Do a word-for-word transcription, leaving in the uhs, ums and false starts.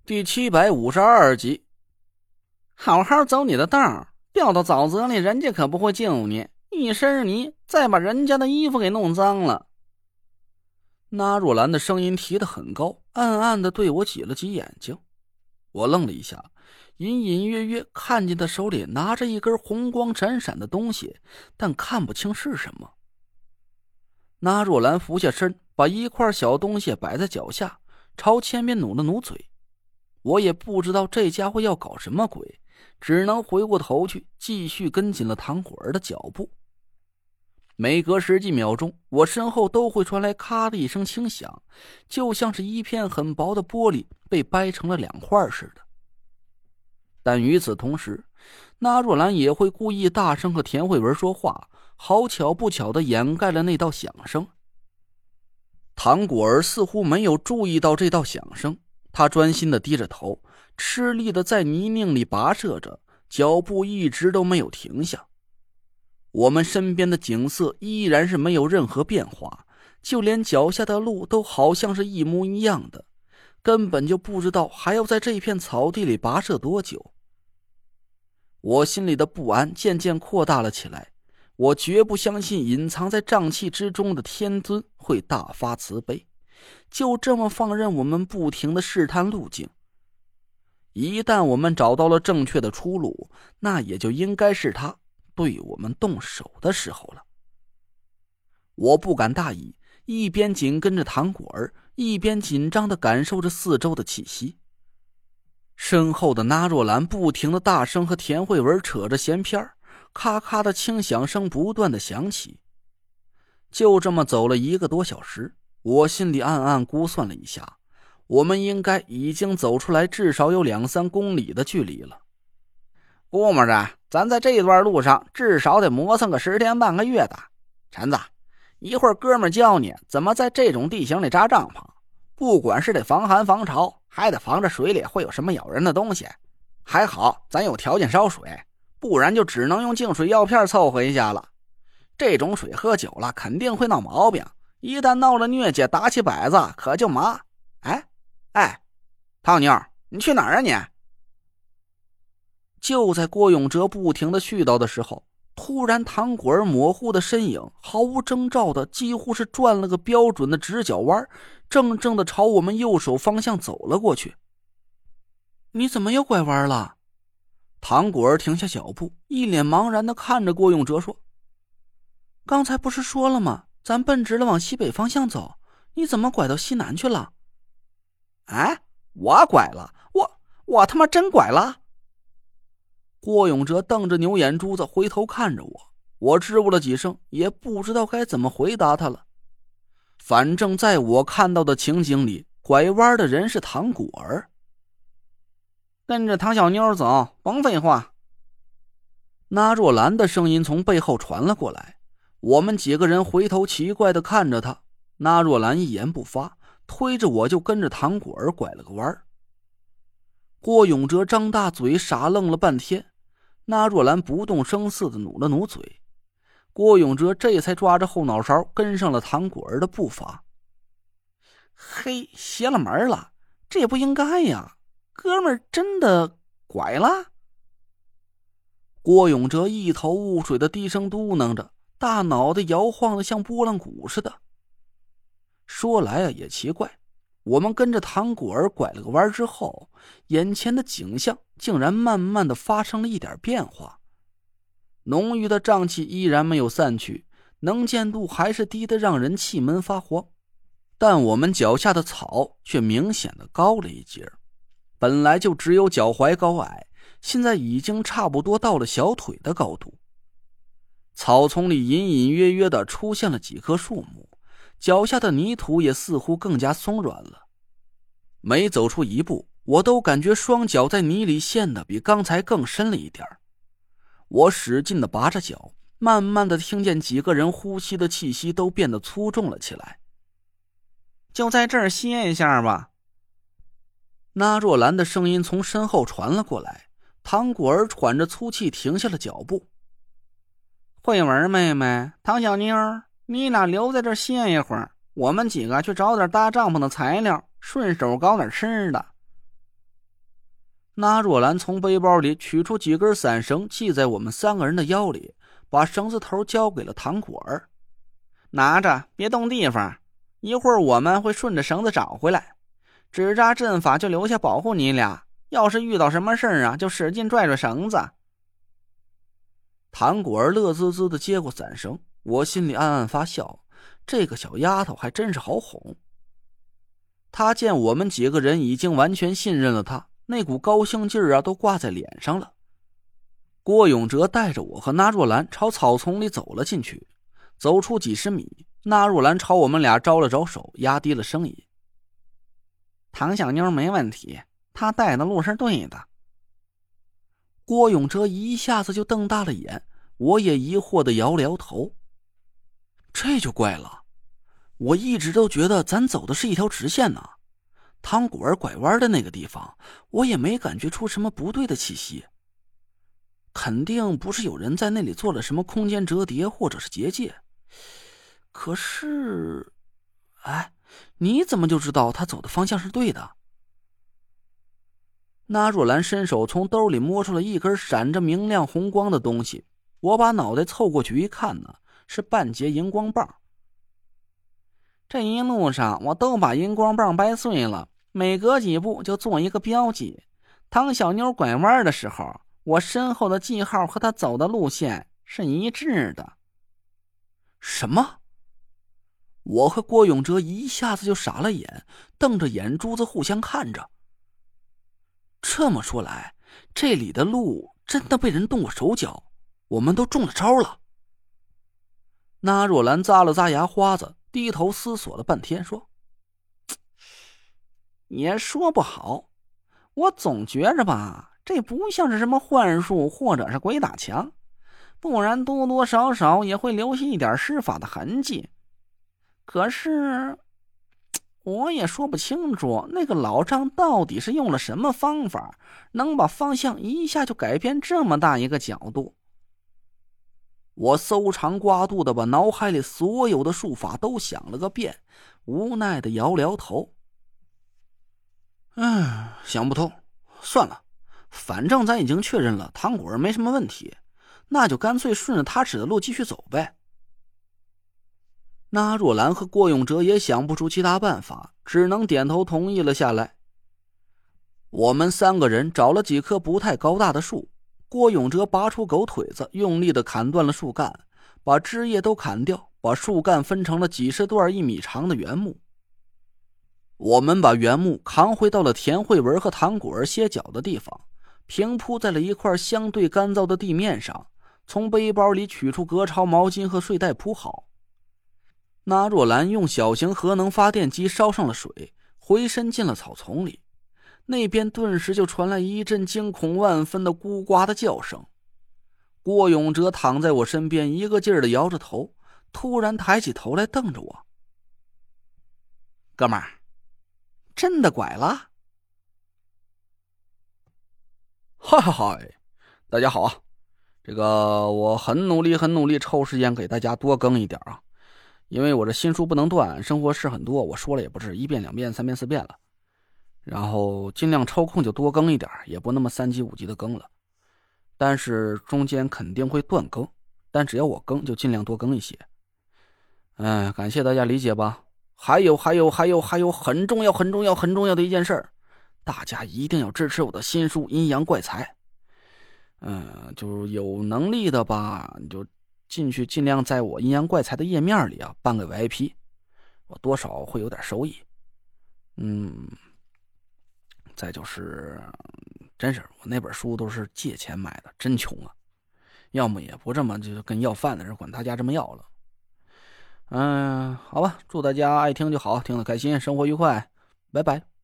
第七百五十二集。 好好走你的道，掉到沼泽里人家可不会救你，一身泥再把人家的衣服给弄脏了。 那若兰的声音提得很高，暗暗地对我挤了挤眼睛。我愣了一下，隐隐约约看见他手里拿着一根红光闪闪的东西，但看不清是什么。那若兰俯下身，把一块小东西摆在脚下，朝前面努了努嘴。我也不知道这家伙要搞什么鬼，只能回过头去继续跟紧了唐果儿的脚步。每隔十几秒钟，我身后都会传来咔的一声轻响，就像是一片很薄的玻璃被掰成了两块似的。但与此同时，那若兰也会故意大声和田慧文说话，好巧不巧地掩盖了那道响声。唐果儿似乎没有注意到这道响声，他专心地低着头，吃力地在泥泞里跋涉着，脚步一直都没有停下。我们身边的景色依然是没有任何变化，就连脚下的路都好像是一模一样的，根本就不知道还要在这片草地里跋涉多久。我心里的不安渐渐扩大了起来，我绝不相信隐藏在瘴气之中的天尊会大发慈悲，就这么放任我们不停地试探路径。一旦我们找到了正确的出路，那也就应该是他对我们动手的时候了。我不敢大意，一边紧跟着唐果儿，一边紧张地感受着四周的气息。身后的那若兰不停地大声和田慧文扯着闲篇，咔咔的轻响声不断地响起。就这么走了一个多小时，我心里暗暗估算了一下，我们应该已经走出来至少有两三公里的距离了。 估摸着咱在这段路上至少得磨蹭个十天半个月的。陈子，一会儿哥们教你怎么在这种地形里扎帐篷，不管是得防寒防潮，还得防着水里会有什么咬人的东西。还好咱有条件烧水，不然就只能用净水药片凑合一下了。这种水喝久了肯定会闹毛病，一旦闹了疟疾打起摆子可就麻。哎哎，胖妞，你去哪儿啊你？ 就在郭永哲不停地絮叨的时候，突然唐果儿模糊的身影毫无征兆的几乎是转了个标准的直角弯，正正的朝我们右手方向走了过去。你怎么又拐弯了？唐果儿停下脚步，一脸茫然的看着郭永哲说，刚才不是说了吗，咱奔直了往西北方向走，你怎么拐到西南去了？ 哎，我拐了，我我他妈真拐了。 郭永哲瞪着牛眼珠子回头看着我，我支吾了几声，也不知道该怎么回答他了。反正在我看到的情景里，拐弯的人是唐果儿。 跟着唐小妞走，甭废话。 那若兰的声音从背后传了过来，我们几个人回头奇怪地看着他。那若兰一言不发，推着我就跟着唐果儿拐了个弯。郭永哲张大嘴傻愣了半天，那若兰不动声色地努了努嘴，郭永哲这才抓着后脑勺跟上了唐果儿的步伐。 嘿，邪了门了，这不应该呀，哥们儿真的拐了。 郭永哲一头雾水的低声嘟囔着，大脑袋摇晃的像拨浪鼓似的。说来啊也奇怪，我们跟着唐果儿拐了个弯之后，眼前的景象竟然慢慢的发生了一点变化。浓郁的瘴气依然没有散去，能见度还是低得让人气闷发慌，但我们脚下的草却明显的高了一截，本来就只有脚踝高矮，现在已经差不多到了小腿的高度。草丛里隐隐约约的出现了几棵树木，脚下的泥土也似乎更加松软了。每走出一步，我都感觉双脚在泥里陷得比刚才更深了一点。我使劲地拔着脚，慢慢地听见几个人呼吸的气息都变得粗重了起来。 就在这儿歇一下吧。 那若兰的声音从身后传了过来，唐果儿喘着粗气停下了脚步。 慧文妹妹，唐小妞，你俩留在这儿歇一会儿，我们几个去找点搭帐篷的材料，顺手搞点吃的。 那若兰从背包里取出几根伞绳，系在我们三个人的腰里，把绳子头交给了唐果儿。 拿着，别动地方，一会儿我们会顺着绳子找回来。纸扎阵法就留下保护你俩，要是遇到什么事儿啊，就使劲拽拽绳子。 唐果儿乐滋滋地接过伞绳，我心里暗暗发笑，这个小丫头还真是好哄。她见我们几个人已经完全信任了她，那股高兴劲儿啊都挂在脸上了。郭永哲带着我和那若兰朝草丛里走了进去，走出几十米，那若兰朝我们俩招了招手，压低了声音： 唐小妞没问题，她带的路是对的。 郭永哲一下子就瞪大了眼，我也疑惑地摇了摇头。这就怪了，我一直都觉得咱走的是一条直线呢。汤果儿拐弯的那个地方，我也没感觉出什么不对的气息。肯定不是有人在那里做了什么空间折叠或者是结界。可是，哎，你怎么就知道他走的方向是对的？那若兰伸手从兜里摸出了一根闪着明亮红光的东西，我把脑袋凑过去一看呢，是半截荧光棒。 这一路上我都把荧光棒掰碎了，每隔几步就做一个标记。唐小妞拐弯的时候，我身后的记号和她走的路线是一致的。 什么？我和郭永哲一下子就傻了眼，瞪着眼珠子互相看着。这么说来，这里的路真的被人动过手脚，我们都中了招了。那若兰咂了咂牙花子，低头思索了半天，说： 也说不好，我总觉着吧，这不像是什么幻术或者是鬼打墙，不然多多少少也会留下一点施法的痕迹。可是我也说不清楚那个老张到底是用了什么方法，能把方向一下就改变这么大一个角度。 我搜肠刮肚的把脑海里所有的术法都想了个遍，无奈的摇了摇头。嗯，想不通，算了，反正咱已经确认了唐果儿没什么问题，那就干脆顺着他指的路继续走呗。那若兰和郭永哲也想不出其他办法，只能点头同意了下来。我们三个人找了几棵不太高大的树，郭永哲拔出狗腿子，用力地砍断了树干，把枝叶都砍掉，把树干分成了几十段一米长的原木。我们把原木扛回到了田慧文和唐果儿歇脚的地方，平铺在了一块相对干燥的地面上，从背包里取出隔潮毛巾和睡袋铺好。那若兰用小型核能发电机烧上了水，回身进了草丛里，那边顿时就传来一阵惊恐万分的咕呱的叫声。郭永哲躺在我身边，一个劲儿地摇着头，突然抬起头来瞪着我： 哥们儿，真的拐了？ 嗨嗨嗨，大家好啊！这个我很努力很努力抽时间给大家多更一点啊，因为我这新书不能断，生活事很多，我说了也不是一遍两遍三遍四遍了，然后尽量抽空就多更一点，也不那么三级五级的更了，但是中间肯定会断更，但只要我更就尽量多更一些。嗯，感谢大家理解吧。还有还有还有还有很重要很重要很重要的一件事，大家一定要支持我的新书《阴阳怪才》。嗯，就有能力的吧，你就进去尽量在我阴阳怪才的页面里啊办个 V I P， 我多少会有点收益。嗯，再就是真是我那本书都是借钱买的，真穷啊，要么也不这么就跟要饭的人管他家这么要了。嗯，好吧，祝大家爱听就好，听得开心，生活愉快，拜拜。